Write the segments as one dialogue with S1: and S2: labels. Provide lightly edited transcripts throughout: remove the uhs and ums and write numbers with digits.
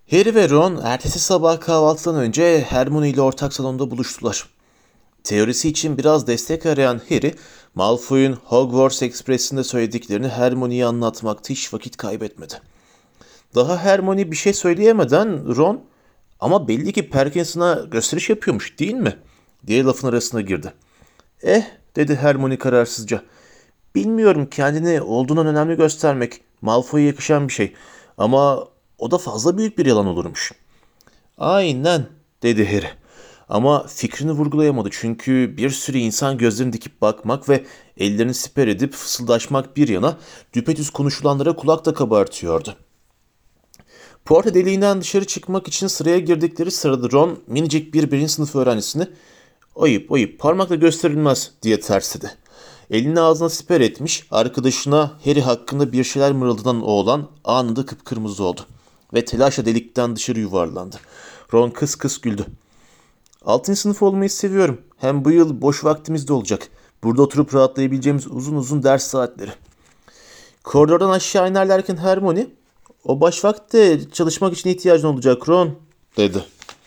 S1: Harry ve Ron ertesi sabah kahvaltıdan önce Hermione ile ortak salonda buluştular. Teorisi için biraz destek arayan Harry, Malfoy'un Hogwarts Express'inde söylediklerini Hermione'ye anlatmakta hiç vakit kaybetmedi. Daha Hermione bir şey söyleyemeden Ron, "Ama belli ki Perkinson'a gösteriş yapıyormuş değil mi?" diye lafın arasına girdi. "Eh," dedi Hermione kararsızca. "Bilmiyorum, kendini olduğundan önemli göstermek Malfoy'a yakışan bir şey. Ama o da fazla büyük bir yalan olurmuş." "Aynen," dedi Harry. Ama fikrini vurgulayamadı çünkü bir sürü insan gözlerini dikip bakmak ve ellerini siper edip fısıldaşmak bir yana düpedüz konuşulanlara kulak da kabartıyordu. Porta deliğinden dışarı çıkmak için sıraya girdikleri sırada Ron minicik bir birinci sınıf öğrencisini "Ayıp ayıp, parmakla gösterilmez," diye tersledi. Elini ağzına siper etmiş, arkadaşına Harry hakkında bir şeyler mırıldanan oğlan anında kıpkırmızı oldu ve telaşla delikten dışarı yuvarlandı. Ron kıs kıs güldü. "Altıncı sınıf olmayı seviyorum. Hem bu yıl boş vaktimiz de olacak. Burada oturup rahatlayabileceğimiz uzun uzun ders saatleri." Koridordan aşağı inerlerken Hermione, "O boş vakte çalışmak için ihtiyacın olacak Ron," dedi.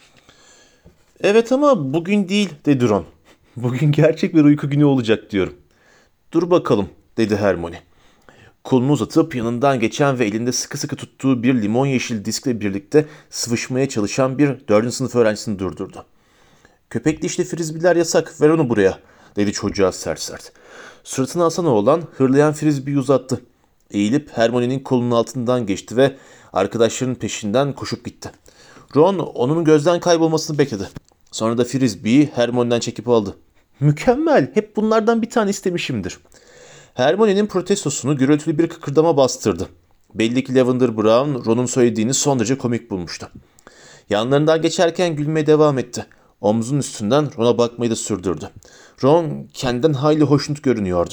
S1: "Evet ama bugün değil," dedi Ron. "Bugün gerçek bir uyku günü olacak diyorum." "Dur bakalım," dedi Hermione. Kolunu uzatıp yanından geçen ve elinde sıkı sıkı tuttuğu bir limon yeşil diskle birlikte sıvışmaya çalışan bir 4. sınıf öğrencisini durdurdu. "Köpek dişli frizbiler yasak, ver onu buraya," dedi çocuğa sert sert. Suratına asan oğlan hırlayan frizbiyi uzattı. Eğilip Hermione'nin kolunun altından geçti ve arkadaşlarının peşinden koşup gitti. Ron onun gözden kaybolmasını bekledi. Sonra da frizbiyi Hermione'den çekip aldı. "Mükemmel, hep bunlardan bir tane istemişimdir." Hermione'nin protestosunu gürültülü bir kıkırdama bastırdı. Belli ki Lavender Brown, Ron'un söylediğini son derece komik bulmuştu. Yanlarından geçerken gülmeye devam etti. Omzunun üstünden Ron'a bakmayı da sürdürdü. Ron kendinden hayli hoşnut görünüyordu.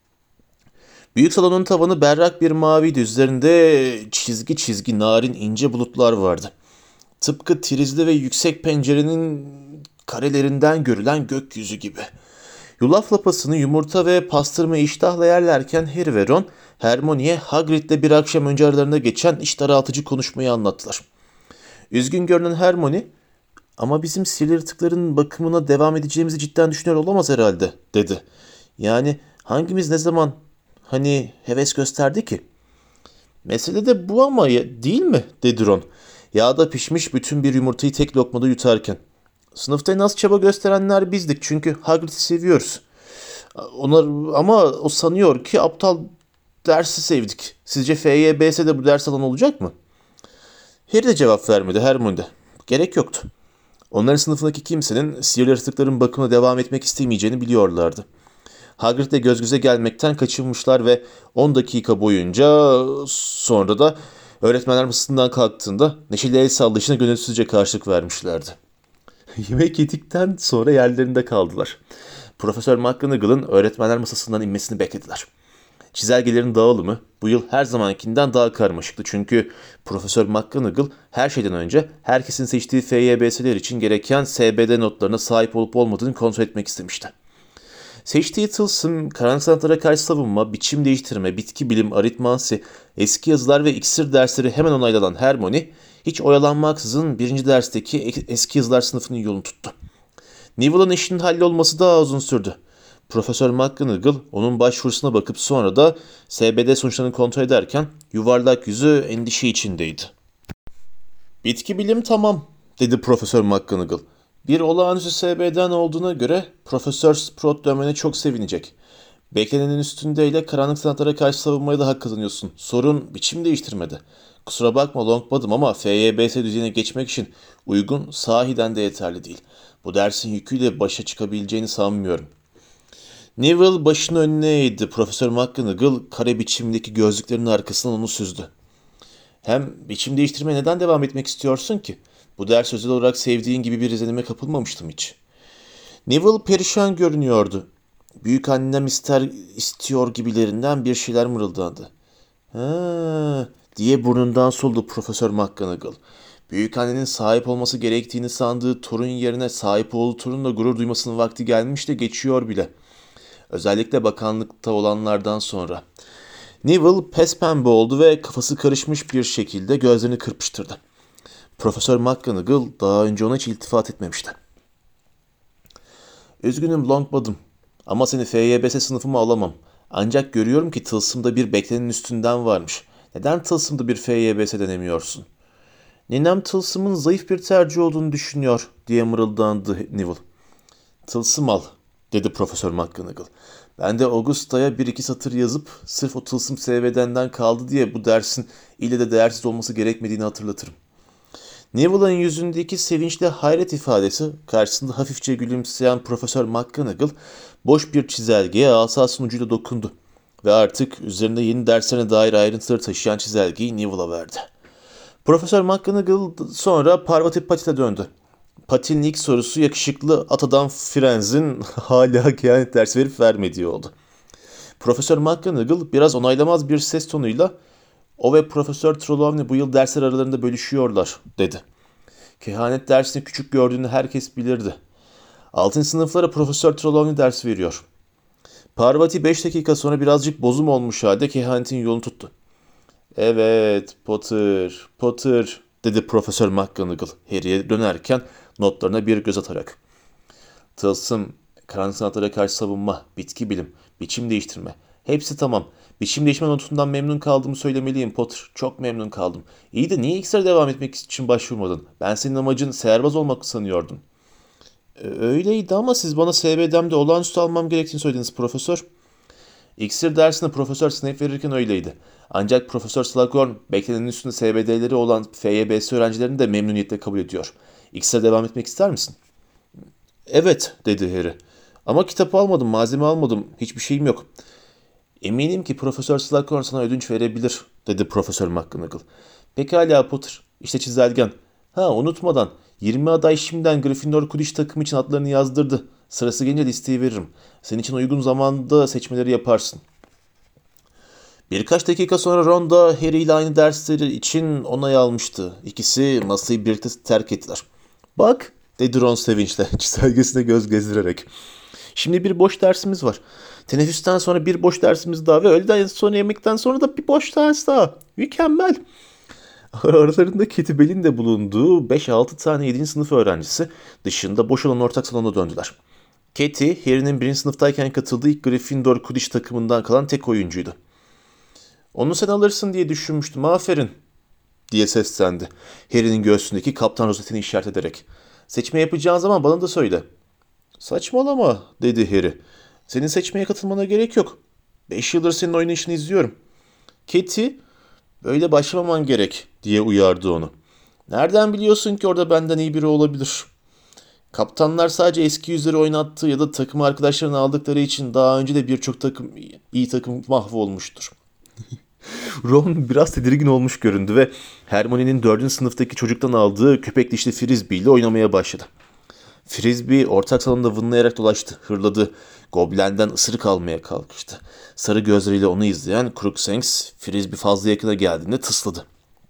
S1: Büyük salonun tavanı berrak bir maviydi. Üzerinde çizgi çizgi narin ince bulutlar vardı. Tıpkı trizli ve yüksek pencerenin karelerinden görülen gökyüzü gibi. Yulaf lapasını yumurta ve pastırma iştahla yerlerken Harry ve Ron, Hermione'ye Hagrid'le bir akşam önce aralarında geçen iş daraltıcı konuşmayı anlattılar. Üzgün görünen Hermione, "Ama bizim sihirli yaratıkların bakımına devam edeceğimizi cidden düşünüyor olamaz herhalde," dedi. "Yani hangimiz ne zaman heves gösterdi ki?" "Mesele de bu ama değil mi?" dedi Ron. Yağda pişmiş bütün bir yumurtayı tek lokmada yutarken. "Sınıfta en az çaba gösterenler bizdik çünkü Hagrid'i seviyoruz. Ama o sanıyor ki aptal dersi sevdik. Sizce FYBS'de bu ders alan olacak mı?" Harry de cevap vermedi, Hermione de. Gerek yoktu. Onların sınıfındaki kimsenin sihirli yaratıkların bakımına devam etmek istemeyeceğini biliyorlardı. Hagrid'le göz göze gelmekten kaçınmışlar ve 10 dakika boyunca sonra da öğretmenler masasından kalktığında neşeli el sallayışına gönülsüzce karşılık vermişlerdi. Yemek yedikten sonra yerlerinde kaldılar. Profesör McGonagall'ın öğretmenler masasından inmesini beklediler. Çizelgelerin dağılımı bu yıl her zamankinden daha karmaşıktı çünkü Profesör McGonagall her şeyden önce herkesin seçtiği FYBS'ler için gereken SBD notlarına sahip olup olmadığını kontrol etmek istemişti. Seçtiği tılsım, karanlık sanatlara karşı savunma, biçim değiştirme, bitki bilim, aritmansi, eski yazılar ve iksir dersleri hemen onaylanan Hermione, hiç oyalanmaksızın birinci dersteki eski yazılar sınıfının yolunu tuttu. Neville'ın işinin hallolması daha uzun sürdü. Profesör McGonagall onun başvurusuna bakıp sonra da SBD sonuçlarını kontrol ederken yuvarlak yüzü endişe içindeydi. "Bitki bilim tamam," dedi Profesör McGonagall. "Bir olağanüstü SBD'den olduğuna göre Profesör Sprout dönmene çok sevinecek. Beklenenin üstündeyle karanlık sanatlara karşı savunmaya da hak kazanıyorsun. Sorun biçim değiştirmedi. Kusura bakma Longbottom ama FYBS düzeyine geçmek için uygun sahiden de yeterli değil. Bu dersin yüküyle başa çıkabileceğini sanmıyorum." Neville başını önüne eğdi. Profesör McGonagall kare biçimdeki gözlüklerinin arkasından onu süzdü. "Hem biçim değiştirmeye neden devam etmek istiyorsun ki? Bu ders özel olarak sevdiğin gibi bir izlenime kapılmamıştım hiç." Neville perişan görünüyordu. Büyük annem istiyor gibilerinden bir şeyler mırıldandı. "Ha," diye burnundan soldu Profesör McGonagall. Büyük annenin sahip olması gerektiğini sandığı torun yerine sahip olduğu torunla gurur duymasının vakti gelmiş de geçiyor bile. Özellikle bakanlıkta olanlardan sonra. Neville pespembe oldu ve kafası karışmış bir şekilde gözlerini kırpıştırdı. Profesör McGonagall daha önce ona hiç iltifat etmemişti. Üzgünüm Longbottom ama seni FYBS sınıfıma alamam. Ancak görüyorum ki tılsımda bir beklenenin üstünden varmış. Neden tılsımda bir FYBS denemiyorsun? Ninem tılsımın zayıf bir tercih olduğunu düşünüyor diye mırıldandı Neville. Tılsım al dedi Profesör McGonagall. Ben de Augusta'ya bir iki satır yazıp sırf o tılsım SVD'den kaldı diye bu dersin ile de değersiz olması gerekmediğini hatırlatırım. Neville'ın yüzündeki sevinçli hayret ifadesi karşısında hafifçe gülümseyen Profesör McGonagall boş bir çizelgeye asasının ucuyla dokundu ve artık üzerinde yeni derslerine dair ayrıntıları taşıyan çizelgeyi Neville'a verdi. Profesör McGonagall sonra Parvati Patil'e döndü. Patil'in ilk sorusu yakışıklı at adam Frenz'in hala kehanet dersi verip vermediği oldu. Profesör McGonagall biraz onaylamaz bir ses tonuyla "O ve Profesör Trelawney bu yıl dersler aralarında bölüşüyorlar," dedi. Kehanet dersini küçük gördüğünü herkes bilirdi. 6. sınıflara Profesör Trelawney ders veriyor. Parvati 5 dakika sonra birazcık bozum olmuş halde kehanetin yolunu tuttu. "Evet, Potter, Potter," dedi Profesör McGonagall Harry'e dönerken notlarına bir göz atarak. "Tılsım, karanlık sanatlara karşı savunma, bitki bilim, biçim değiştirme. Hepsi tamam. Biçim değişme notundan memnun kaldığımı söylemeliyim Potter. Çok memnun kaldım. İyi de niye iksire devam etmek için başvurmadın? Ben senin amacın seherbaz olmak sanıyordum." Öyleydi ama siz bana SBD'mde olağanüstü almam gerektiğini söylediniz Profesör." İksir dersini Profesör Snape verirken öyleydi. Ancak Profesör Slughorn beklenenin üstünde SBD'leri olan FYBS öğrencilerini de memnuniyetle kabul ediyor. İksire devam etmek ister misin? "Evet," dedi Harry. "Ama kitap almadım, malzeme almadım, hiçbir şeyim yok." "Eminim ki Profesör Slughorn sana ödünç verebilir," dedi Profesör McGonagall. "Pekala Potter, işte çizelgen. Ha, unutmadan 20 aday şimdiden Gryffindor Quidditch takımı için adlarını yazdırdı. Sırası gelince listeyi veririm. Senin için uygun zamanda seçmeleri yaparsın." Birkaç dakika sonra Ron da Harry ile aynı dersleri için onay almıştı. İkisi masayı birlikte terk ettiler. "Bak," dedi Ron sevinçle, çizelgesine göz gezdirerek. "Şimdi bir boş dersimiz var. Teneffüsten sonra bir boş dersimiz daha ve öğleden sonra yemekten sonra da bir boş ders daha. Mükemmel." Aralarında Katie Bell'in de bulunduğu 5-6 tane 7. sınıf öğrencisi dışında boş olan ortak salona döndüler. Katie, Harry'nin 1. sınıftayken katıldığı ilk Gryffindor Quidditch takımından kalan tek oyuncuydu. "Onu sen alırsın diye düşünmüştüm, aferin," diye seslendi. Harry'nin göğsündeki kaptan rozetini işaret ederek. "Seçme yapacağın zaman bana da söyle." "Saçmalama," dedi Harry. "Senin seçmeye katılmana gerek yok. 5 yıldır senin oynayışını izliyorum." Katie, "Böyle başlamaman gerek," diye uyardı onu. "Nereden biliyorsun ki orada benden iyi biri olabilir? Kaptanlar sadece eski yüzleri oynattığı ya da takım arkadaşlarını aldıkları için daha önce de birçok iyi takım mahvolmuştur." Ron biraz tedirgin olmuş göründü ve Hermione'nin 4. sınıftaki çocuktan aldığı köpek dişli Frisbee ile oynamaya başladı. Frisbee ortak salonda vınlayarak dolaştı, hırladı. Goblin'den ısırık almaya kalkıştı. Sarı gözleriyle onu izleyen Crookshanks, Frisbee fazla yakına geldiğinde tısladı.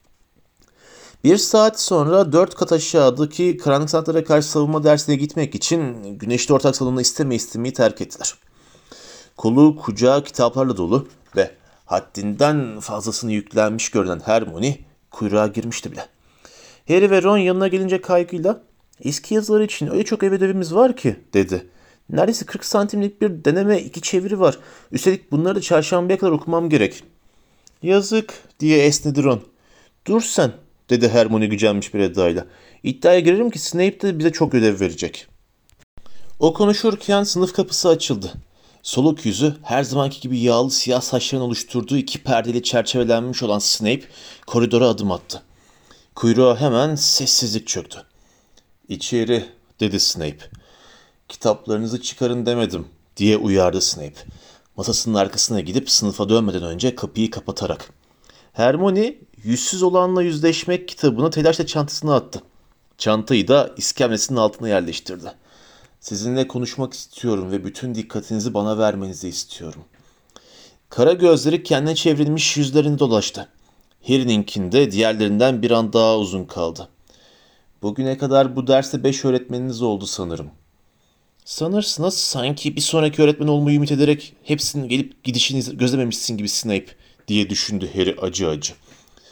S1: 1 saat sonra 4 kat aşağıdaki karanlık sanatlara karşı savunma dersine gitmek için güneşli ortak salonu istemeyi terk ettiler. Kolu kucağı kitaplarla dolu ve haddinden fazlasını yüklenmiş görünen Hermione kuyruğa girmişti bile. Harry ve Ron yanına gelince kaygıyla "Eski yazılar için öyle çok ev ödevimiz var ki," dedi. "Neredeyse 40 santimlik bir deneme, 2 çeviri var. Üstelik bunları da çarşambaya kadar okumam gerek." "Yazık," diye esnedi Ron. "Dur sen," dedi Hermione gücenmiş bir edayla. "İddiaya girerim ki Snape de bize çok ödev verecek." O konuşurken sınıf kapısı açıldı. Soluk yüzü, her zamanki gibi yağlı siyah saçların oluşturduğu 2 perdeli çerçevelenmiş olan Snape koridora adım attı. Kuyruğa hemen sessizlik çöktü. "İçeri," dedi Snape. "Kitaplarınızı çıkarın demedim," diye uyardı Snape. Masasının arkasına gidip sınıfa dönmeden önce kapıyı kapatarak. Hermione, yüzsüz olanla yüzleşmek kitabını telaşla çantasına attı. Çantayı da iskemlesinin altına yerleştirdi. "Sizinle konuşmak istiyorum ve bütün dikkatinizi bana vermenizi istiyorum." Kara gözleri kendine çevrilmiş yüzlerini dolaştı. Harry'ninkinde diğerlerinden bir an daha uzun kaldı. "Bugüne kadar bu derste 5 öğretmeniniz oldu sanırım." "Sanırsınız sanki bir sonraki öğretmen olmayı ümit ederek hepsinin gelip gidişini gözlememişsin gibi Snape," diye düşündü Harry acı acı.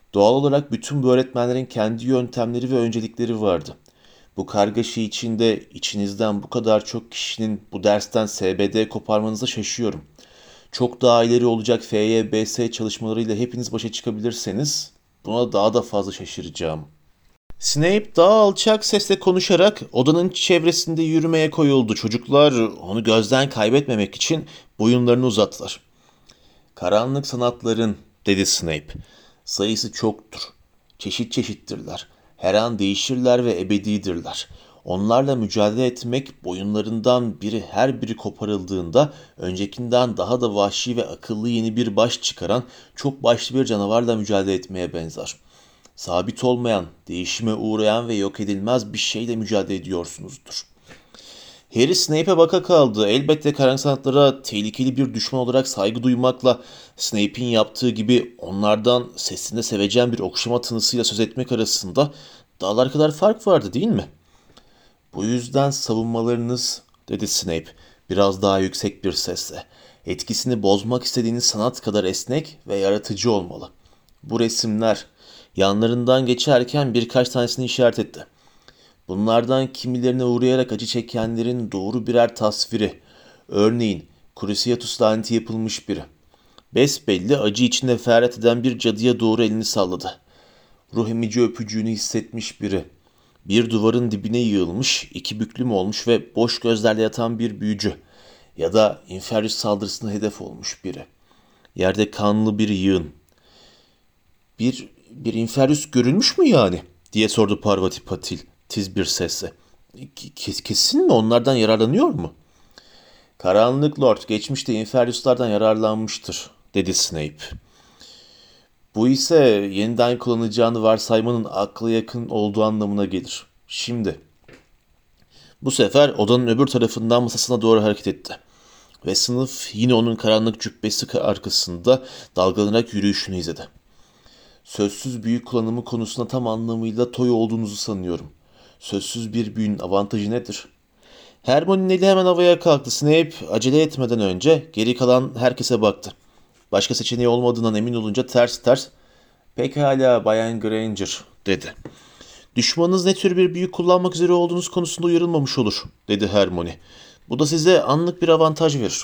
S1: Doğal olarak bütün bu öğretmenlerin kendi yöntemleri ve öncelikleri vardı. Bu kargaşa içinde içinizden bu kadar çok kişinin bu dersten SBD koparmanıza şaşıyorum. Çok daha ileri olacak FYBS çalışmalarıyla hepiniz başa çıkabilirseniz buna daha da fazla şaşıracağım. Snape daha alçak sesle konuşarak odanın çevresinde yürümeye koyuldu. Çocuklar onu gözden kaybetmemek için boyunlarını uzattılar. Karanlık sanatların, dedi Snape, sayısı çoktur. Çeşit çeşittirler. Her an değişirler ve ebedidirler. Onlarla mücadele etmek boyunlarından her biri koparıldığında öncekinden daha da vahşi ve akıllı yeni bir baş çıkaran çok başlı bir canavarla mücadele etmeye benzer. Sabit olmayan, değişime uğrayan ve yok edilmez bir şeyle mücadele ediyorsunuzdur. Harry Snape'e baka kaldı. Elbette karanlık sanatlara tehlikeli bir düşman olarak saygı duymakla Snape'in yaptığı gibi onlardan sesinde sevecen bir okşama tınısıyla söz etmek arasında dağlar kadar fark vardı değil mi? Bu yüzden savunmalarınız, dedi Snape biraz daha yüksek bir sesle, etkisini bozmak istediğiniz sanat kadar esnek ve yaratıcı olmalı. Bu resimler, yanlarından geçerken birkaç tanesini işaret etti. Bunlardan kimilerine uğrayarak acı çekenlerin doğru birer tasviri. Örneğin Cruciatus laneti yapılmış biri. Besbelli acı içinde feryat eden bir cadıya doğru elini salladı. Ruh emici öpücüğünü hissetmiş biri. Bir duvarın dibine yığılmış, iki büklüm olmuş ve boş gözlerle yatan bir büyücü. Ya da Inferius saldırısına hedef olmuş biri. Yerde kanlı bir yığın. Bir Inferius görülmüş mü yani? Diye sordu Parvati Patil tiz bir sesle. Kesin mi, onlardan yararlanıyor mu? Karanlık Lord geçmişte Inferius'lardan yararlanmıştır, dedi Snape. Bu ise yeniden kullanacağını varsaymanın akla yakın olduğu anlamına gelir. Şimdi, bu sefer odanın öbür tarafından masasına doğru hareket etti. Ve sınıf yine onun karanlık cübbesi arkasında dalgalanarak yürüyüşünü izledi. Sözsüz büyü kullanımı konusunda tam anlamıyla toy olduğunuzu sanıyorum. Sözsüz bir büyünün avantajı nedir? Hermione'nin eli hemen havaya kalktı. Snape acele etmeden önce geri kalan herkese baktı. Başka seçeneği olmadığından emin olunca ters ters "Pekala Bayan Granger," dedi. "Düşmanınız ne tür bir büyü kullanmak üzere olduğunuz konusunda uyarılmamış olur," dedi Hermione. "Bu da size anlık bir avantaj verir."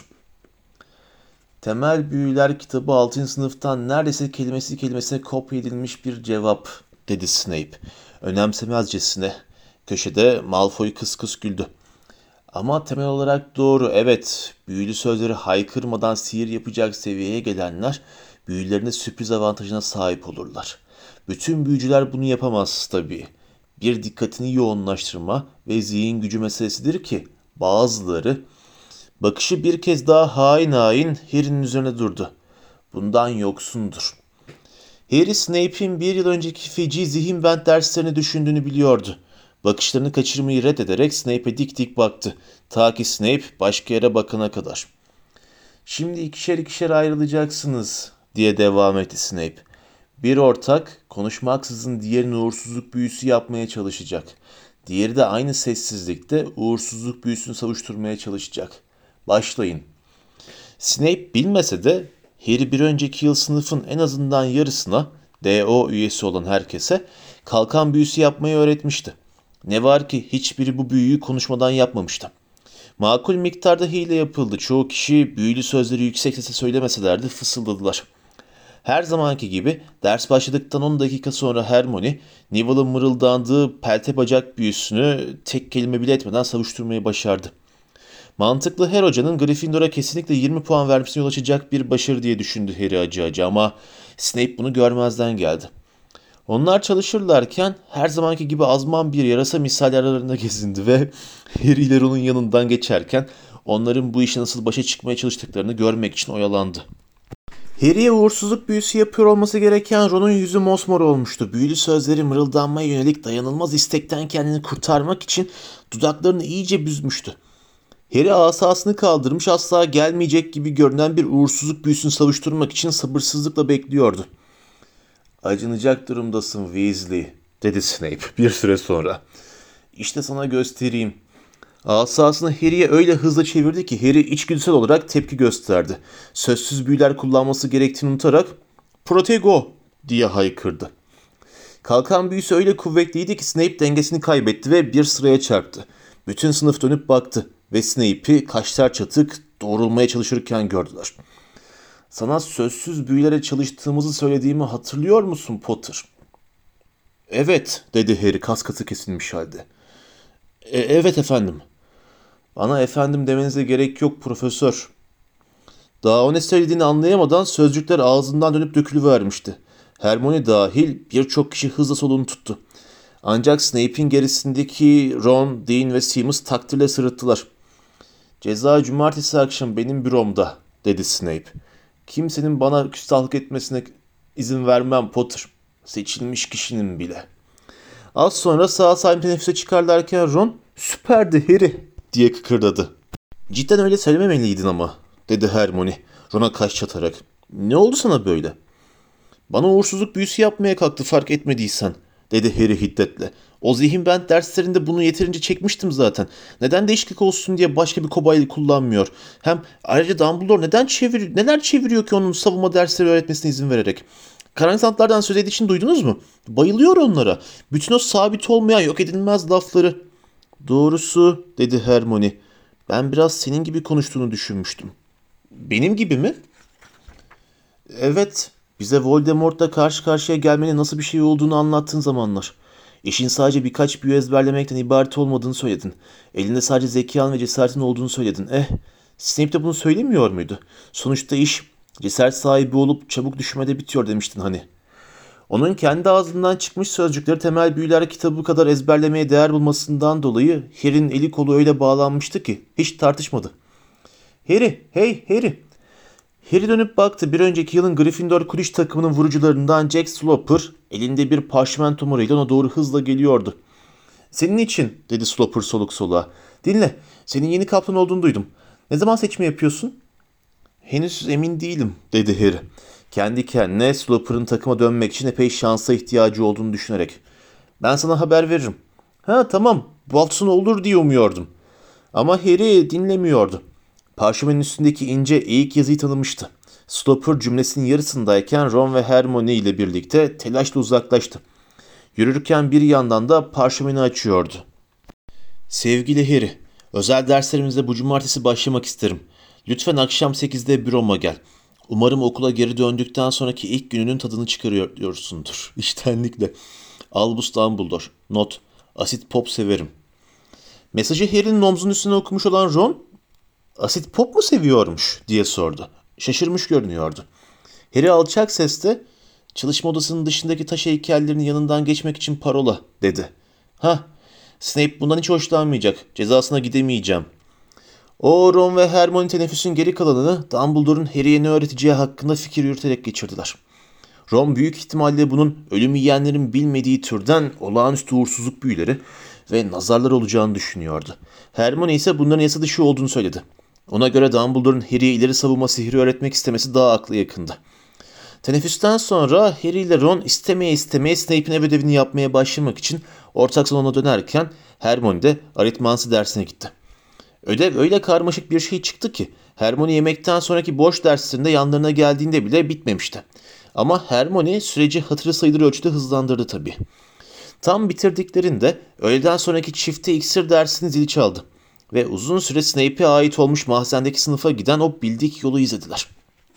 S1: Temel Büyüler kitabı 6. sınıftan neredeyse kelimesi kelimesine kopya edilmiş bir cevap, dedi Snape. Önemsemezcesine. Köşede Malfoy kıs kıs güldü. Ama temel olarak doğru, evet. Büyülü sözleri haykırmadan sihir yapacak seviyeye gelenler büyülerinde sürpriz avantajına sahip olurlar. Bütün büyücüler bunu yapamaz tabii. Bir dikkatini yoğunlaştırma ve zihin gücü meselesidir ki bazıları. Bakışı bir kez daha hain hain Harry'nin üzerine durdu. Bundan yoksundur. Harry Snape'in bir yıl önceki feci zihin bent derslerini düşündüğünü biliyordu. Bakışlarını kaçırmayı reddederek Snape'e dik dik baktı. Ta ki Snape başka yere bakana kadar. "Şimdi ikişer ikişer ayrılacaksınız," diye devam etti Snape. "Bir ortak konuşmaksızın diğerine uğursuzluk büyüsü yapmaya çalışacak. Diğeri de aynı sessizlikte uğursuzluk büyüsünü savuşturmaya çalışacak. Başlayın." Snape bilmese de Harry bir önceki yıl sınıfın en azından yarısına, D.O. üyesi olan herkese kalkan büyüsü yapmayı öğretmişti. Ne var ki hiçbiri bu büyüyü konuşmadan yapmamıştı. Makul miktarda hile yapıldı. Çoğu kişi büyülü sözleri yüksek sesle söylemeseler de fısıldadılar. Her zamanki gibi ders başladıktan 10 dakika sonra Hermione, Neville'ın mırıldandığı pelte bacak büyüsünü tek kelime bile etmeden savuşturmayı başardı. Mantıklı her hocanın Gryffindor'a kesinlikle 20 puan vermesine yol açacak bir başarı diye düşündü Harry acı acı ama Snape bunu görmezden geldi. Onlar çalışırlarken her zamanki gibi azman bir yarasa misali aralarında gezindi ve Harry'ler onun yanından geçerken onların bu işe nasıl başa çıkmaya çalıştıklarını görmek için oyalandı. Harry'e uğursuzluk büyüsü yapıyor olması gereken Ron'un yüzü mosmor olmuştu. Büyülü sözleri mırıldanmaya yönelik dayanılmaz istekten kendini kurtarmak için dudaklarını iyice büzmüştü. Harry asasını kaldırmış, asla gelmeyecek gibi görünen bir uğursuzluk büyüsünü savuşturmak için sabırsızlıkla bekliyordu. "Acınacak durumdasın Weasley," dedi Snape bir süre sonra. "İşte sana göstereyim." Asasını Harry'e öyle hızla çevirdi ki Harry içgüdüsel olarak tepki gösterdi. Sözsüz büyüler kullanması gerektiğini unutarak "Protego," diye haykırdı. Kalkan büyüsü öyle kuvvetliydi ki Snape dengesini kaybetti ve bir sıraya çarptı. Bütün sınıf dönüp baktı ve Snape'i kaşlar çatık doğrulmaya çalışırken gördüler. Sana sözsüz büyülere çalıştığımızı söylediğimi hatırlıyor musun Potter? Evet, dedi Harry kaskatı kesilmiş halde. Evet efendim. Bana efendim demenize gerek yok profesör. Daha o ne söylediğini anlayamadan sözcükler ağzından dönüp dökülüvermişti. Hermione dahil birçok kişi hızla soluğunu tuttu. Ancak Snape'in gerisindeki Ron, Dean ve Seamus takdirle sırıttılar. Ceza cumartesi akşam benim büromda, dedi Snape. Kimsenin bana küstahlık etmesine izin vermem Potter. Seçilmiş kişinin bile. Az sonra sağ salim teneffüse çıkarlarken Ron, süperdi Harry diye kıkırdadı. Cidden öyle söylememeliydin ama, dedi Hermione Ron'a kaş çatarak. Ne oldu sana böyle? Bana uğursuzluk büyüsü yapmaya kalktı fark etmediysen, dedi Harry hiddetle. O zihin bent derslerinde bunu yeterince çekmiştim zaten. Neden değişiklik olsun diye başka bir kobaylı kullanmıyor? Hem ayrıca Dumbledore neler çeviriyor ki onun savunma dersleri öğretmesine izin vererek? Karanlık sanatlardan söz edişini duydunuz mu? Bayılıyor onlara. Bütün o sabit olmayan yok edilmez lafları. Doğrusu, dedi Hermione. Ben biraz senin gibi konuştuğunu düşünmüştüm. Benim gibi mi? Evet, bize Voldemort'la karşı karşıya gelmenin nasıl bir şey olduğunu anlattığın zamanlar. İşin sadece birkaç büyü ezberlemekten ibaret olmadığını söyledin. Elinde sadece zekan ve cesaretin olduğunu söyledin. Snape de bunu söylemiyor muydu? Sonuçta iş cesaret sahibi olup çabuk düşmede bitiyor demiştin hani. Onun kendi ağzından çıkmış sözcükleri temel büyüler kitabı kadar ezberlemeye değer bulmasından dolayı Harry'nin eli kolu öyle bağlanmıştı ki hiç tartışmadı. Harry, hey Harry. Harry dönüp baktı. Bir önceki yılın Gryffindor Quidditch takımının vurucularından Jack Sloper elinde bir parşömen tomuruyla ona doğru hızla geliyordu. Senin için, dedi Sloper soluk soluğa. Dinle, senin yeni kaplan olduğunu duydum. Ne zaman seçme yapıyorsun? Henüz emin değilim, dedi Harry. Kendi kendine Sloper'ın takıma dönmek için epey şansa ihtiyacı olduğunu düşünerek. Ben sana haber veririm. Ha tamam, bu hafta sonu olur diye umuyordum. Ama Harry dinlemiyordu. Parşömenin üstündeki ince eğik yazıyı tanımıştı. Sloper cümlesinin yarısındayken Ron ve Hermione ile birlikte telaşla uzaklaştı. Yürürken bir yandan da parşömeni açıyordu. Sevgili Harry, özel derslerimizde bu cumartesi başlamak isterim. Lütfen akşam 8'de büroma gel. Umarım okula geri döndükten sonraki ilk gününün tadını çıkarıyorsundur. İştenlikle. Albus Dumbledore. Not. Asit pop severim. Mesajı Harry'nin omzunun üstüne okumuş olan Ron, asit pop mu seviyormuş diye sordu. Şaşırmış görünüyordu. Harry alçak sesle, çalışma odasının dışındaki taş heykellerinin yanından geçmek için parola, dedi. Snape bundan hiç hoşlanmayacak. Cezasına gidemeyeceğim. O Ron ve Hermione teneffüsün geri kalanını Dumbledore'un Harry'e ne öğreteceği hakkında fikir yürüterek geçirdiler. Ron büyük ihtimalle bunun ölüm yiyenlerin bilmediği türden olağanüstü uğursuzluk büyüleri ve nazarlar olacağını düşünüyordu. Hermione ise bunların yasa dışı olduğunu söyledi. Ona göre Dumbledore'un Harry'e ileri savunma sihri öğretmek istemesi daha akla yakındı. Teneffüsten sonra Harry ile Ron istemeye Snape'in ev ödevini yapmaya başlamak için ortak salona dönerken Hermione de aritmansi dersine gitti. Ödev öyle karmaşık bir şey çıktı ki Hermione yemekten sonraki boş derslerinde yanlarına geldiğinde bile bitmemişti. Ama Hermione süreci hatırı sayılır ölçüde hızlandırdı tabii. Tam bitirdiklerinde öğleden sonraki çifte iksir dersinin zili çaldı. Ve uzun süre Snape'e ait olmuş mahzendeki sınıfa giden o bildik yolu izlediler.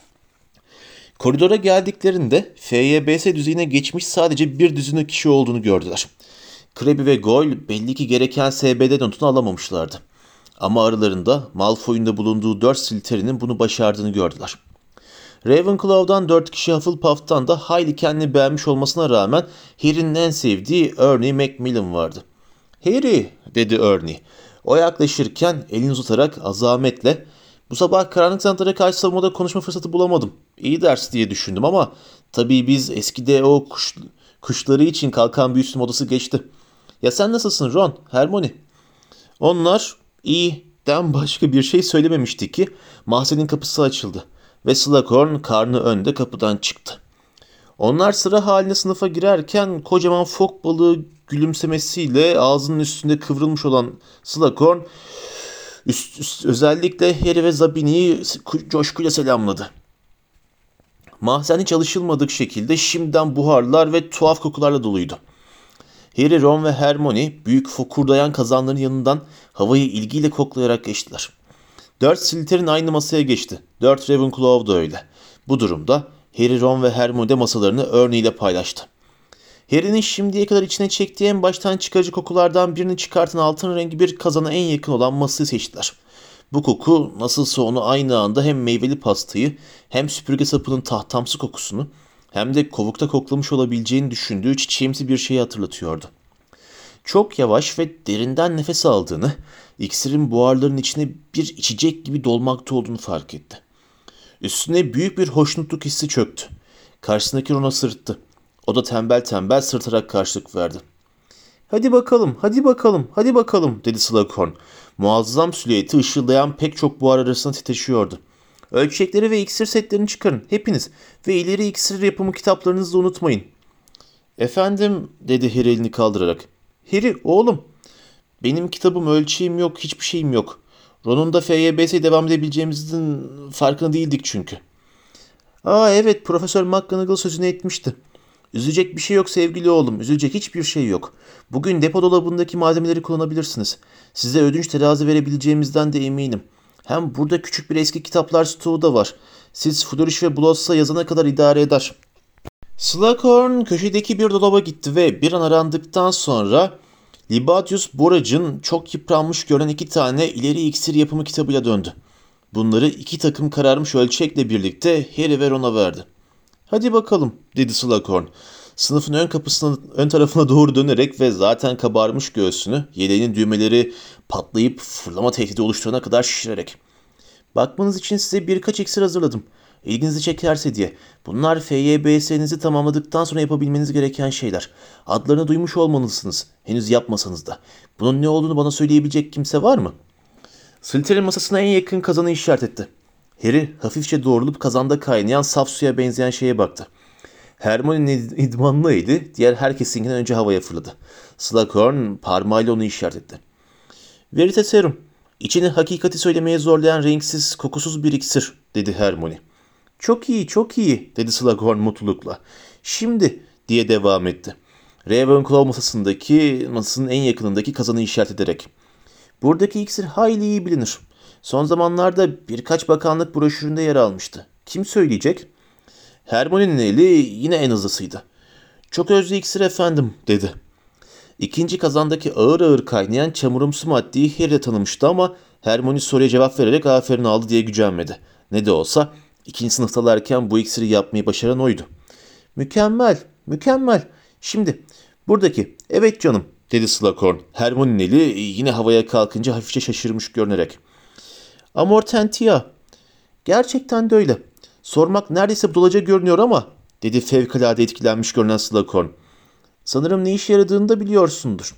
S1: Koridora geldiklerinde FYBS düzeyine geçmiş sadece bir düzine kişi olduğunu gördüler. Crabbe ve Goyle belli ki gereken SBD notunu alamamışlardı. Ama aralarında Malfoy'un da bulunduğu 4 Slytherin'in bunu başardığını gördüler. Ravenclaw'dan 4 kişi Hufflepuff'tan da hayli kendini beğenmiş olmasına rağmen Harry'nin en sevdiği Ernie Macmillan vardı. "Harry," dedi Ernie. O yaklaşırken elini uzatarak azametle, "Bu sabah karanlık sanatlara karşı savunmada konuşma fırsatı bulamadım. İyi ders diye düşündüm ama tabii biz eskide o kuşları için kalkan büyüsü modası geçti. Ya sen nasılsın Ron, Hermione?" Onlar iyiden başka bir şey söylememişti ki mahzenin kapısı açıldı ve Slughorn karnı önde kapıdan çıktı. Onlar sıra halinde sınıfa girerken kocaman fok balığı gülümsemesiyle ağzının üstünde kıvrılmış olan Slughorn özellikle Harry ve Zabini'yi coşkuyla selamladı. Mahzen hiç alışılmadık şekilde şimdiden buharlar ve tuhaf kokularla doluydu. Harry, Ron ve Hermione büyük fokurdayan kazanların yanından havayı ilgiyle koklayarak geçtiler. 4 Slytherin aynı masaya geçti. 4 Ravenclaw da öyle. Bu durumda Harry, Ron ve Hermione de masalarını Ernie ile paylaştı. Harry'nin şimdiye kadar içine çektiği en baştan çıkarıcı kokulardan birini çıkartan altın rengi bir kazana en yakın olan masayı seçtiler. Bu koku nasılsa onu aynı anda hem meyveli pastayı hem süpürge sapının tahtamsı kokusunu hem de kovukta koklamış olabileceğini düşündüğü çiçeğimsi bir şeyi hatırlatıyordu. Çok yavaş ve derinden nefes aldığını, iksirin buharların içine bir içecek gibi dolmakta olduğunu fark etti. Üstüne büyük bir hoşnutluk hissi çöktü. Karşısındaki Ron'a sırıttı. O da tembel tembel sırtarak karşılık verdi. "Hadi bakalım, hadi bakalım, hadi bakalım," dedi Slughorn. Muazzam silüeti ışıldayan pek çok buhar arasında titreşiyordu. "Ölçekleri ve iksir setlerini çıkarın, hepiniz, ve ileri iksir yapımı kitaplarınızı da unutmayın." "Efendim," dedi Harry elini kaldırarak. "Harry, oğlum, benim kitabım, ölçeğim yok, hiçbir şeyim yok. Ron'un da FYBS'ye devam edebileceğimizin farkında değildik çünkü." "Aa evet, Profesör McGonagall sözünü etmişti. Üzülecek bir şey yok sevgili oğlum, üzülecek hiçbir şey yok. Bugün depo dolabındaki malzemeleri kullanabilirsiniz. Size ödünç terazi verebileceğimizden de eminim. Hem burada küçük bir eski kitaplar stoğu da var. Siz Flourish ve Bloss'a yazana kadar idare eder." Slughorn köşedeki bir dolaba gitti ve bir an arandıktan sonra Libadius Boraj'ın çok yıpranmış görünen 2 tane ileri iksir yapımı kitabıyla döndü. Bunları 2 takım kararmış ölçekle birlikte Harry ve Ron'a verdi. "Hadi bakalım," dedi Slughorn. Sınıfın ön tarafına doğru dönerek ve zaten kabarmış göğsünü, yeleğinin düğmeleri patlayıp fırlama tehdidi oluşturana kadar şişirerek. "Bakmanız için size birkaç iksir hazırladım. İlginizi çekerse diye. Bunlar FYBS'nizi tamamladıktan sonra yapabilmeniz gereken şeyler. Adlarını duymuş olmalısınız. Henüz yapmasanız da. Bunun ne olduğunu bana söyleyebilecek kimse var mı?" Slytherin masasına en yakın kazanı işaret etti. Harry hafifçe doğrulup kazanda kaynayan saf suya benzeyen şeye baktı. Hermione'nin idmanlı eli diğer herkesinkinden önce havaya fırladı. Slughorn parmağıyla onu işaret etti. "Veritaserum. İçini hakikati söylemeye zorlayan renksiz, kokusuz bir iksir," dedi Hermione. "Çok iyi, çok iyi," dedi Slughorn mutlulukla. "Şimdi," diye devam etti. Ravenclaw masasının en yakınındaki kazanı işaret ederek. "Buradaki iksir hayli iyi bilinir. Son zamanlarda birkaç bakanlık broşüründe yer almıştı. Kim söyleyecek?" Hermione'nin eli yine en hızlısıydı. "Çok özlü iksir efendim," dedi. İkinci kazandaki ağır ağır kaynayan çamurumsu maddeyi Harry tanımıştı ama Hermione soruya cevap vererek aferin aldı diye gücenmedi. Ne de olsa ikinci sınıftalarken bu iksiri yapmayı başaran oydu. "Mükemmel, mükemmel. Şimdi buradaki, evet canım," dedi Slughorn. Hermione'nin eli yine havaya kalkınca hafifçe şaşırmış görünerek. "Amortentia. Gerçekten de öyle. Sormak neredeyse budalaca görünüyor ama," dedi fevkalade etkilenmiş görünen Slughorn. "Sanırım ne işe yaradığını da biliyorsundur."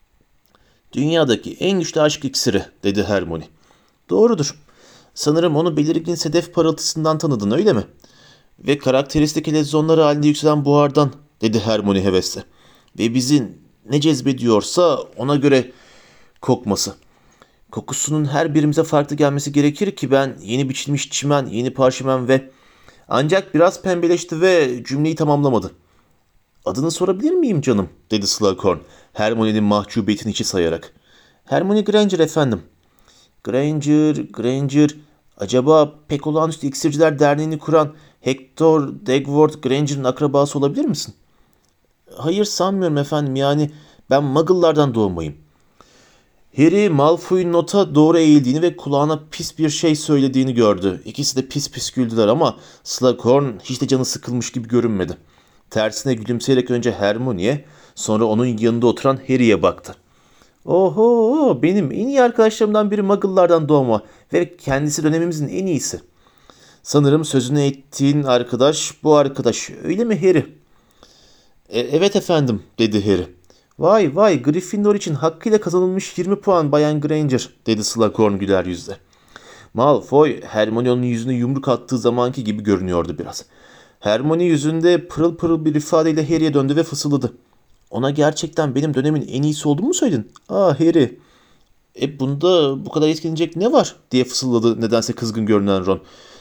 S1: "Dünyadaki en güçlü aşk iksiri," dedi Hermione. "Doğrudur. Sanırım onu belirgin sedef parıltısından tanıdın, öyle mi?" "Ve karakteristik elezyonları halinde yükselen buhardan," dedi Hermione hevesle. "Ve bizi ne cezbediyorsa ona göre kokması. Kokusunun her birimize farklı gelmesi gerekir ki ben yeni biçilmiş çimen, yeni parşömen ve..." Ancak biraz pembeleşti ve cümleyi tamamlamadı. "Adını sorabilir miyim canım?" dedi Slughorn, Hermione'nin mahcubiyetini içi sayarak. "Hermione Granger efendim." Granger. Acaba pek olağanüstü iksirciler derneğini kuran Hector Dagworth Granger'ın akrabası olabilir misin?" "Hayır sanmıyorum efendim, yani ben Muggle'lardan doğmayım." Harry Malfoy'un nota doğru eğildiğini ve kulağına pis bir şey söylediğini gördü. İkisi de pis pis güldüler ama Slughorn hiç de canı sıkılmış gibi görünmedi. Tersine gülümseyerek önce Hermione'ye, sonra onun yanında oturan Harry'ye baktı. "Oho, benim en iyi arkadaşlarımdan biri Muggle'lardan doğma ve kendisi dönemimizin en iyisi." "Sanırım sözünü ettiğin arkadaş bu arkadaş, öyle mi Harry?" Evet efendim," dedi Harry. Vay vay, Gryffindor için hakkıyla kazanılmış 20 puan Bayan Granger," dedi Slughorn güler yüzle. Malfoy, Hermione'nin yüzüne yumruk attığı zamanki gibi görünüyordu biraz. Hermione yüzünde pırıl pırıl bir ifadeyle Harry'e döndü ve fısıldadı. "Ona gerçekten benim dönemin en iyisi olduğumu mu söyledin? Ah Harry." Bunda bu kadar etkilenecek ne var?" diye fısıldadı nedense kızgın görünen Ron.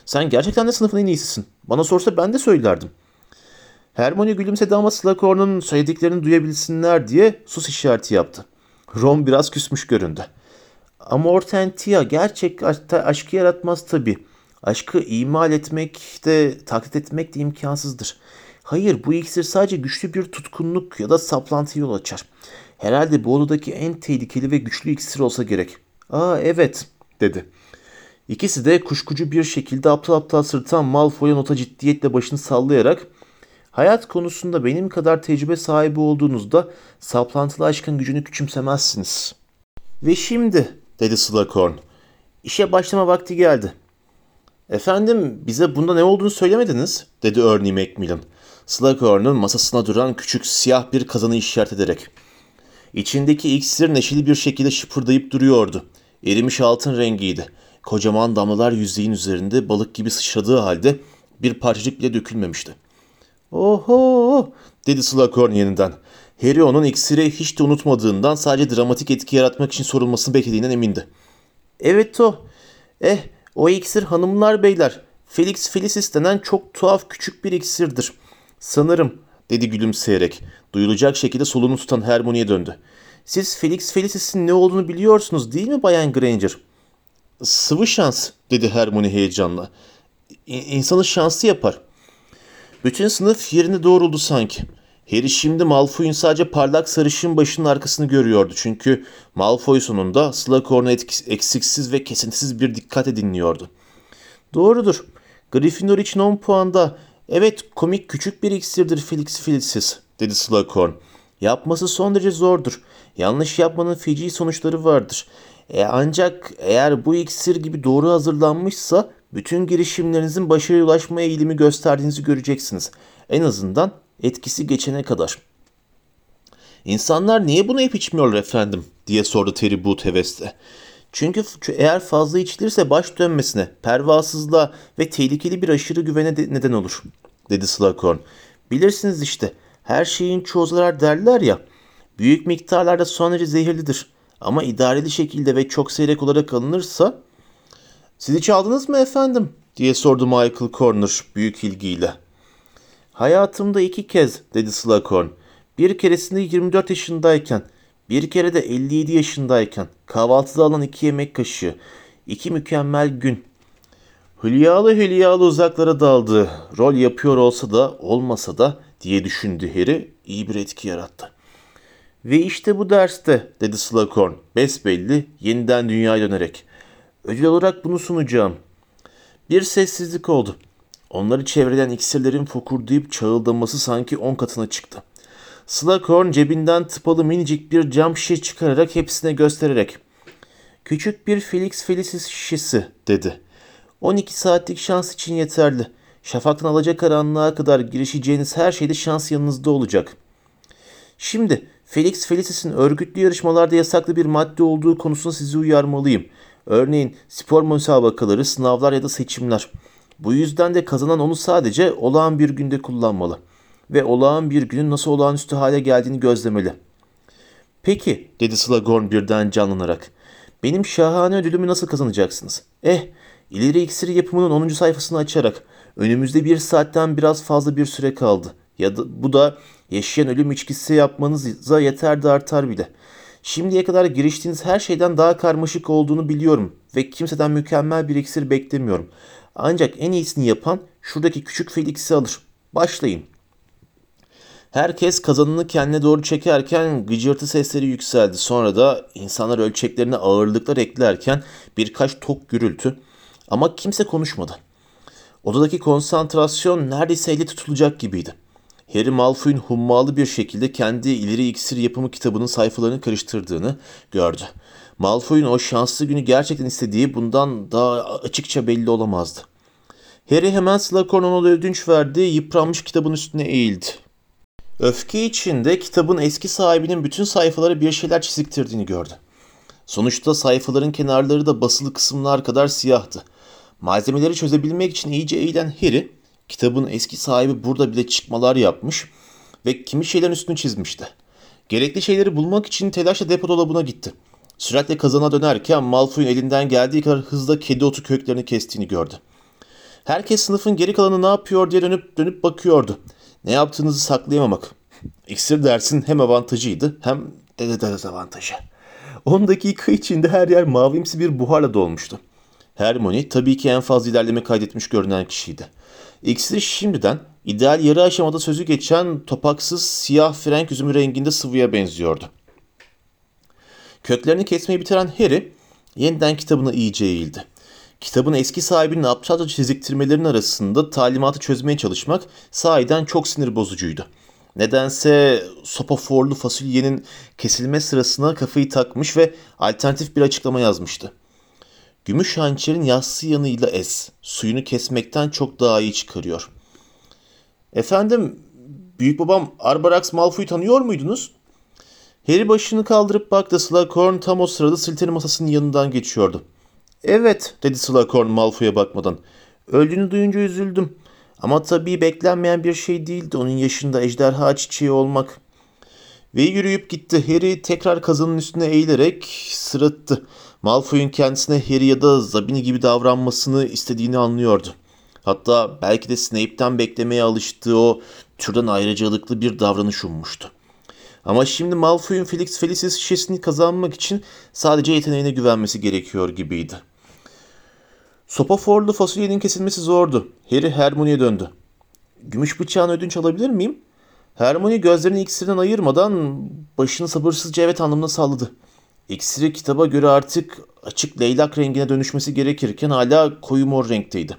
S1: Sen gerçekten de sınıfın en iyisisin. Bana sorsa ben de söylerdim. Hermione gülümsedi ama Slughorn'un söylediklerini duyabilsinler diye sus işareti yaptı. Ron biraz küsmüş göründü. Amortentia gerçek aşkı yaratmaz tabii. Aşkı imal etmek de taklit etmek de imkansızdır. Hayır, bu iksir sadece güçlü bir tutkunluk ya da saplantıya yol açar. Herhalde bu odadaki en tehlikeli ve güçlü iksir olsa gerek. Aa evet, dedi. İkisi de kuşkucu bir şekilde aptal aptal sırıtan Malfoy'a nota ciddiyetle başını sallayarak hayat konusunda benim kadar tecrübe sahibi olduğunuzda saplantılı aşkın gücünü küçümsemezsiniz. Ve şimdi, dedi Slughorn, işe başlama vakti geldi. Efendim, bize bunda ne olduğunu söylemediniz, dedi Ernie Macmillan. Slughorn'un masasına duran küçük siyah bir kazanı işaret ederek. İçindeki iksir neşeli bir şekilde şıpırdayıp duruyordu. Erimiş altın rengiydi. Kocaman damlalar yüzeyin üzerinde balık gibi sıçradığı halde bir parçacık bile dökülmemişti. Oho, dedi Slughorn yeniden. Harry onun iksiri hiç de unutmadığından sadece dramatik etki yaratmak için sorulmasını beklediğinden emindi. Evet o. O iksir hanımlar beyler. Felix Felicis denen çok tuhaf küçük bir iksirdir. Sanırım, dedi gülümseyerek. Duyulacak şekilde soluğunu tutan Hermione'ye döndü. Siz Felix Felicis'in ne olduğunu biliyorsunuz değil mi Bayan Granger? Sıvı şans, dedi Hermione heyecanla. İnsanı şanslı yapar. Bütün sınıf yerine doğruldu sanki. Harry şimdi Malfoy'un sadece parlak sarışın başının arkasını görüyordu. Çünkü Malfoy sonunda Slughorn'u eksiksiz ve kesintisiz bir dikkatle dinliyordu. Doğrudur. Gryffindor için 10 puanda. Evet, komik küçük bir iksirdir Felix Felicis, dedi Slughorn. Yapması son derece zordur. Yanlış yapmanın feci sonuçları vardır. Ancak eğer bu iksir gibi doğru hazırlanmışsa bütün girişimlerinizin başarıya ulaşmaya eğilimi gösterdiğinizi göreceksiniz. En azından etkisi geçene kadar. İnsanlar niye bunu hep içmiyorlar efendim, diye sordu Terry Boot hevesle. Çünkü eğer fazla içilirse baş dönmesine, pervasızlığa ve tehlikeli bir aşırı güvene neden olur, dedi Slughorn. Bilirsiniz işte, her şeyin çoğu zarar derler ya. Büyük miktarlarda son derece zehirlidir. Ama idareli şekilde ve çok seyrek olarak alınırsa... Siz hiç aldınız mı efendim, diye sordu Michael Corner büyük ilgiyle. Hayatımda 2 kez, dedi Slughorn. Bir keresinde 24 yaşındayken, bir kere de 57 yaşındayken, kahvaltıda alan 2 yemek kaşığı. 2 mükemmel gün. Hülyalı hülyalı uzaklara daldı. Rol yapıyor olsa da olmasa da diye düşündü Harry, iyi bir etki yarattı. Ve işte bu derste, dedi Slughorn, besbelli yeniden dünyaya dönerek. Ödül olarak bunu sunacağım. Bir sessizlik oldu. Onları çevreleyen iksirlerin fokurdayıp çağıldaması sanki 10 katına çıktı. Slughorn cebinden tıpalı minicik bir cam şişe çıkararak hepsine göstererek "Küçük bir Felix Felicis şişesi," dedi. 12 saatlik şans için yeterli. Şafaktan alacakaranlığa kadar girişeceğiniz her şeyde şans yanınızda olacak. Şimdi Felix Felicis'in örgütlü yarışmalarda yasaklı bir madde olduğu konusunda sizi uyarmalıyım. Örneğin spor müsabakaları, sınavlar ya da seçimler. Bu yüzden de kazanan onu sadece olağan bir günde kullanmalı. Ve olağan bir günün nasıl olağanüstü hale geldiğini gözlemeli. Peki, dedi Slughorn birden canlanarak. Benim şahane ödülümü nasıl kazanacaksınız? İleri iksiri yapımının 10. sayfasını açarak. Önümüzde 1 saatten biraz fazla bir süre kaldı. Bu da yaşayan ölüm içkisi yapmanıza yeter de artar bile. Şimdiye kadar giriştiğiniz her şeyden daha karmaşık olduğunu biliyorum ve kimseden mükemmel bir iksir beklemiyorum. Ancak en iyisini yapan şuradaki küçük Felix'i alır. Başlayın. Herkes kazanını kendine doğru çekerken gıcırtı sesleri yükseldi. Sonra da insanlar ölçeklerine ağırlıklar eklerken birkaç tok gürültü. Ama kimse konuşmadı. Odadaki konsantrasyon neredeyse elle tutulacak gibiydi. Harry Malfoy'un hummalı bir şekilde kendi ileri iksir yapımı kitabının sayfalarını karıştırdığını gördü. Malfoy'un o şanslı günü gerçekten istediği bundan daha açıkça belli olamazdı. Harry hemen Slughorn'a ödünç verdiği yıpranmış kitabın üstüne eğildi. Öfke içinde kitabın eski sahibinin bütün sayfalara bir şeyler çiziktirdiğini gördü. Sonuçta sayfaların kenarları da basılı kısımlar kadar siyahtı. Malzemeleri çözebilmek için iyice eğilen Harry, kitabın eski sahibi burada bile çıkmalar yapmış ve kimi şeylerin üstünü çizmişti. Gerekli şeyleri bulmak için telaşla depo dolabına gitti. Süratle kazana dönerken Malfoy'un elinden geldiği kadar hızla kedi otu köklerini kestiğini gördü. Herkes sınıfın geri kalanı ne yapıyor diye dönüp dönüp bakıyordu. Ne yaptığınızı saklayamamak. İksir dersin hem avantajıydı hem de dezavantajı. 10 dakika içinde her yer mavimsi bir buharla dolmuştu. Hermione tabii ki en fazla ilerleme kaydetmiş görünen kişiydi. İksiri şimdiden ideal yarı aşamada sözü geçen topaksız siyah frenk üzümü renginde sıvıya benziyordu. Köklerini kesmeyi bitiren Harry yeniden kitabına iyice eğildi. Kitabın eski sahibinin aptalca çiziktirmelerinin arasında talimatı çözmeye çalışmak sahiden çok sinir bozucuydu. Nedense sopaforlu fasulyenin kesilme sırasına kafayı takmış ve alternatif bir açıklama yazmıştı. Gümüş hançerin yassı yanıyla ez, suyunu kesmekten çok daha iyi çıkarıyor. Efendim, büyükbabam Arbarax Malfoy'u tanıyor muydunuz? Harry başını kaldırıp baktı. Slughorn tam o sırada Slytherin masasının yanından geçiyordu. Evet, dedi Slughorn Malfoy'a bakmadan. Öldüğünü duyunca üzüldüm. Ama tabii beklenmeyen bir şey değildi onun yaşında ejderha çiçeği olmak. Ve yürüyüp gitti. Harry tekrar kazanın üstüne eğilerek sırıttı. Malfoy'un kendisine Harry ya da Zabini gibi davranmasını istediğini anlıyordu. Hatta belki de Snape'ten beklemeye alıştığı o türden ayrıcalıklı bir davranış ummuştu. Ama şimdi Malfoy'un Felix Felicis şişesini kazanmak için sadece yeteneğine güvenmesi gerekiyor gibiydi. Sopaforlu fasulyenin kesilmesi zordu. Harry Hermione'ye döndü. Gümüş bıçağını ödünç alabilir miyim? Hermione gözlerini iksirden ayırmadan başını sabırsızca evet anlamına salladı. İksiri kitaba göre artık açık leylak rengine dönüşmesi gerekirken hala koyu mor renkteydi.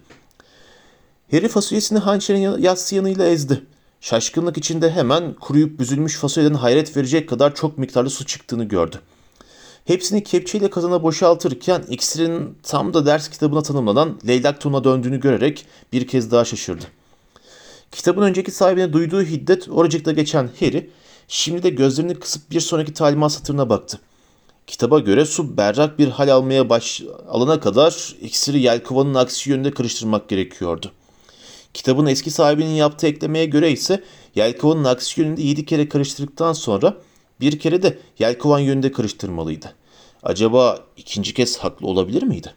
S1: Harry fasulyesini hançerin yassı yanıyla ezdi. Şaşkınlık içinde hemen kuruyup büzülmüş fasulyeden hayret verecek kadar çok miktarda su çıktığını gördü. Hepsini kepçeyle kazana boşaltırken iksirin tam da ders kitabına tanımlanan leylak tonuna döndüğünü görerek bir kez daha şaşırdı. Kitabın önceki sahibine duyduğu hiddet oracıkta geçen Harry, şimdi de gözlerini kısıp bir sonraki talimat satırına baktı. Kitaba göre su berrak bir hal alana kadar iksiri yelkovanın aksi yönünde karıştırmak gerekiyordu. Kitabın eski sahibinin yaptığı eklemeye göre ise yelkovanın aksi yönünde 7 kere karıştırdıktan sonra bir kere de yelkovan yönünde karıştırmalıydı. Acaba ikinci kez haklı olabilir miydi?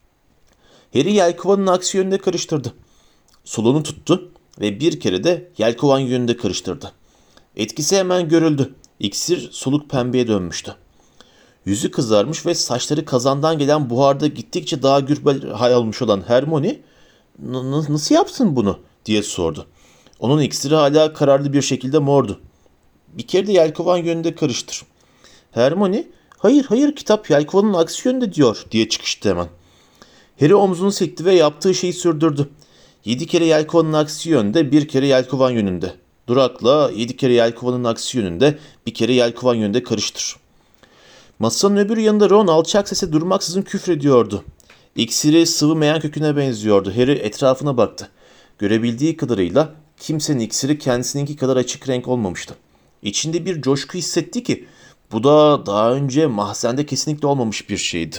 S1: Harry yelkovanın aksi yönünde karıştırdı. Soluğunu tuttu ve bir kere de yelkovan yönünde karıştırdı. Etkisi hemen görüldü. İksir soluk pembeye dönmüştü. Yüzü kızarmış ve saçları kazandan gelen buharda gittikçe daha gür hal almış olan Hermione, "Nasıl yaptın bunu?" diye sordu. Onun iksiri hala kararlı bir şekilde mordu. "Bir kere de yelkovan yönünde karıştır." Hermione, hayır kitap yelkovanın aksi yönünde diyor" diye çıkıştı hemen. Harry omzunu sekti ve yaptığı şeyi sürdürdü. 7 kere yelkovanın aksi yönde, bir kere yelkovan yönünde. Durakla 7 kere yelkovanın aksi yönünde, bir kere yelkovan yönünde karıştır. Masanın öbür yanında Ron alçak sesle durmaksızın küfrediyordu. İksiri sıvı meyan köküne benziyordu. Harry etrafına baktı. Görebildiği kadarıyla kimsenin iksiri kendisininki kadar açık renk olmamıştı. İçinde bir coşku hissetti ki bu da daha önce mahzende kesinlikle olmamış bir şeydi.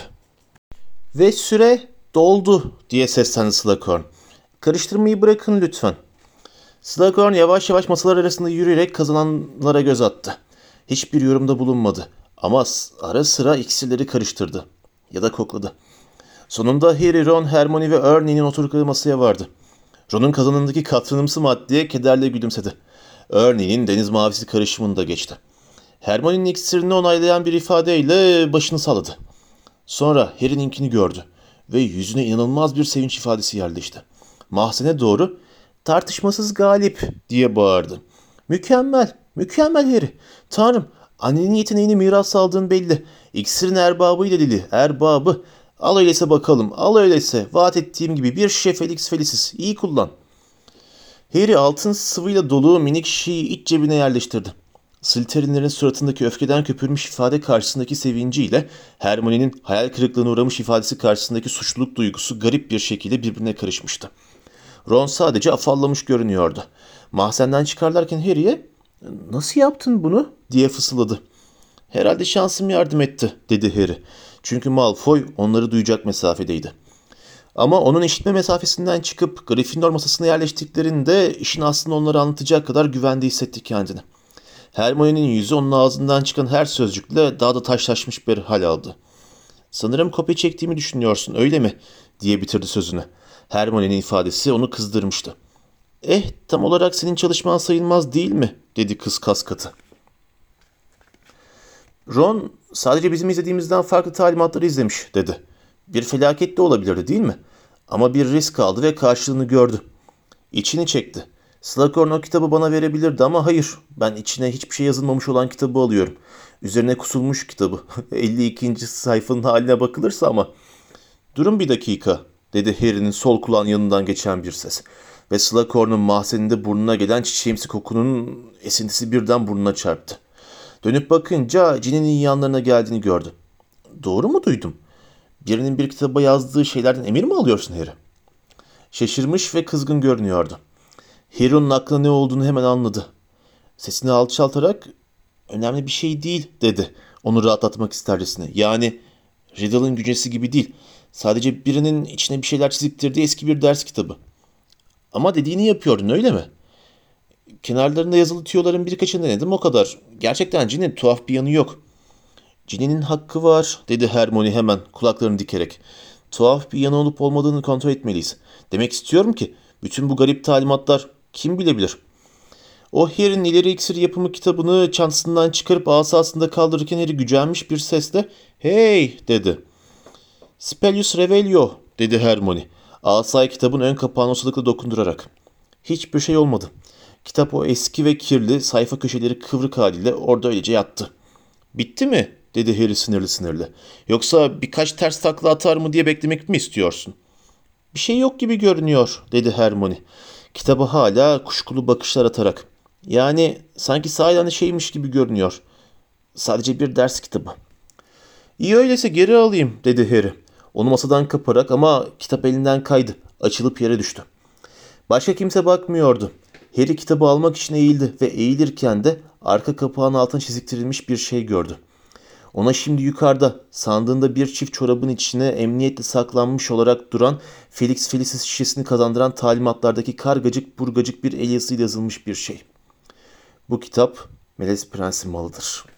S1: "Ve süre doldu" diye seslendi Slughorn. "Karıştırmayı bırakın lütfen." Slughorn yavaş yavaş masalar arasında yürüyerek kazananlara göz attı. Hiçbir yorumda bulunmadı ama ara sıra iksirleri karıştırdı ya da kokladı. Sonunda Harry, Ron, Hermione ve Ernie'nin oturdukları masaya vardı. Ron'un kazanındaki katranımsı maddeye kederle gülümsedi. Ernie'nin deniz mavisi karışımını da geçti. Hermione'nin iksirini onaylayan bir ifadeyle başını salladı. Sonra Harry'ninkini gördü ve yüzüne inanılmaz bir sevinç ifadesi yerleşti. Mahzene doğru "Tartışmasız galip" diye bağırdı. Mükemmel Harry. Tanrım, annenin yeteneğini miras aldığın belli. İksirin erbabıyla dili, erbabı. Al öyleyse bakalım, al öyleyse. Vaat ettiğim gibi bir şişe Felix Felicis. İyi kullan. Harry altın sıvıyla dolu minik şişeyi iç cebine yerleştirdi. Slytherinlerin suratındaki öfkeden köpürmüş ifade karşısındaki sevinciyle Hermione'nin hayal kırıklığına uğramış ifadesi karşısındaki suçluluk duygusu garip bir şekilde birbirine karışmıştı. Ron sadece afallamış görünüyordu. Mahzenden çıkarlarken Harry'e "Nasıl yaptın bunu?" diye fısıldadı. "Herhalde şansım yardım etti" dedi Harry. Çünkü Malfoy onları duyacak mesafedeydi. Ama onun işitme mesafesinden çıkıp Gryffindor masasına yerleştiklerinde işin aslında onları anlatacak kadar güvende hissetti kendini. Hermione'nin yüzü onun ağzından çıkan her sözcükle daha da taşlaşmış bir hal aldı. "Sanırım kopya çektiğimi düşünüyorsun, öyle mi?" diye bitirdi sözünü. Hermione'nin ifadesi onu kızdırmıştı. Tam olarak senin çalışman sayılmaz değil mi? Dedi kız kas katı. Ron sadece bizim izlediğimizden farklı talimatları izlemiş dedi. Bir felaket de olabilirdi değil mi? Ama bir risk aldı ve karşılığını gördü. İçini çekti. Slughorn o kitabı bana verebilirdi ama hayır. Ben içine hiçbir şey yazılmamış olan kitabı alıyorum. Üzerine kusulmuş kitabı. 52. sayfanın haline bakılırsa ama. Durun bir dakika dedi Harry'nin sol kulağının yanından geçen bir ses. Ve Slughorn'un mahzeninde burnuna gelen çiçeğimsi kokunun esintisi birden burnuna çarptı. Dönüp bakınca Ginny'nin yanlarına geldiğini gördü. Doğru mu duydum? Birinin bir kitaba yazdığı şeylerden emir mi alıyorsun Harry? Şaşırmış ve kızgın görünüyordu. Harry'nin aklına ne olduğunu hemen anladı. Sesini alçaltarak önemli bir şey değil dedi. Onu rahatlatmak istercesine. Yani Riddle'ın gücesi gibi değil. Sadece birinin içine bir şeyler çiziktirdiği eski bir ders kitabı. Ama dediğini yapıyordun öyle mi? Kenarlarında yazılı tüyoların birkaçını denedim o kadar. Gerçekten Ginny tuhaf bir yanı yok. Ginny'nin hakkı var dedi Hermione hemen kulaklarını dikerek. Tuhaf bir yanı olup olmadığını kontrol etmeliyiz. Demek istiyorum ki bütün bu garip talimatlar kim bilebilir? O Harry'nin ileri iksir yapımı kitabını çantasından çıkarıp asasında kaldırırken Harry gücenmiş bir sesle "Hey!" dedi. "Spelius Revelio!" dedi Hermione. Asayı kitabın ön kapağına osalıkla dokundurarak. Hiçbir şey olmadı. Kitap o eski ve kirli, sayfa köşeleri kıvrık haliyle orada öylece yattı. "Bitti mi?" dedi Harry sinirli sinirli. "Yoksa birkaç ters takla atar mı diye beklemek mi istiyorsun?" "Bir şey yok gibi görünüyor," dedi Hermione. Kitaba hala kuşkulu bakışlar atarak. "Yani sanki sahiden şeymiş gibi görünüyor. Sadece bir ders kitabı." "İyi öyleyse geri alayım," dedi Harry. Onu masadan kaparak ama kitap elinden kaydı. Açılıp yere düştü. Başka kimse bakmıyordu. Harry kitabı almak için eğildi ve eğilirken de arka kapağın altına çiziktirilmiş bir şey gördü. Ona şimdi yukarıda sandığında bir çift çorabın içine emniyetle saklanmış olarak duran Felix Felicis şişesini kazandıran talimatlardaki kargacık burgacık bir el yazısıyla yazılmış bir şey. "Bu kitap Melez Prens'in malıdır."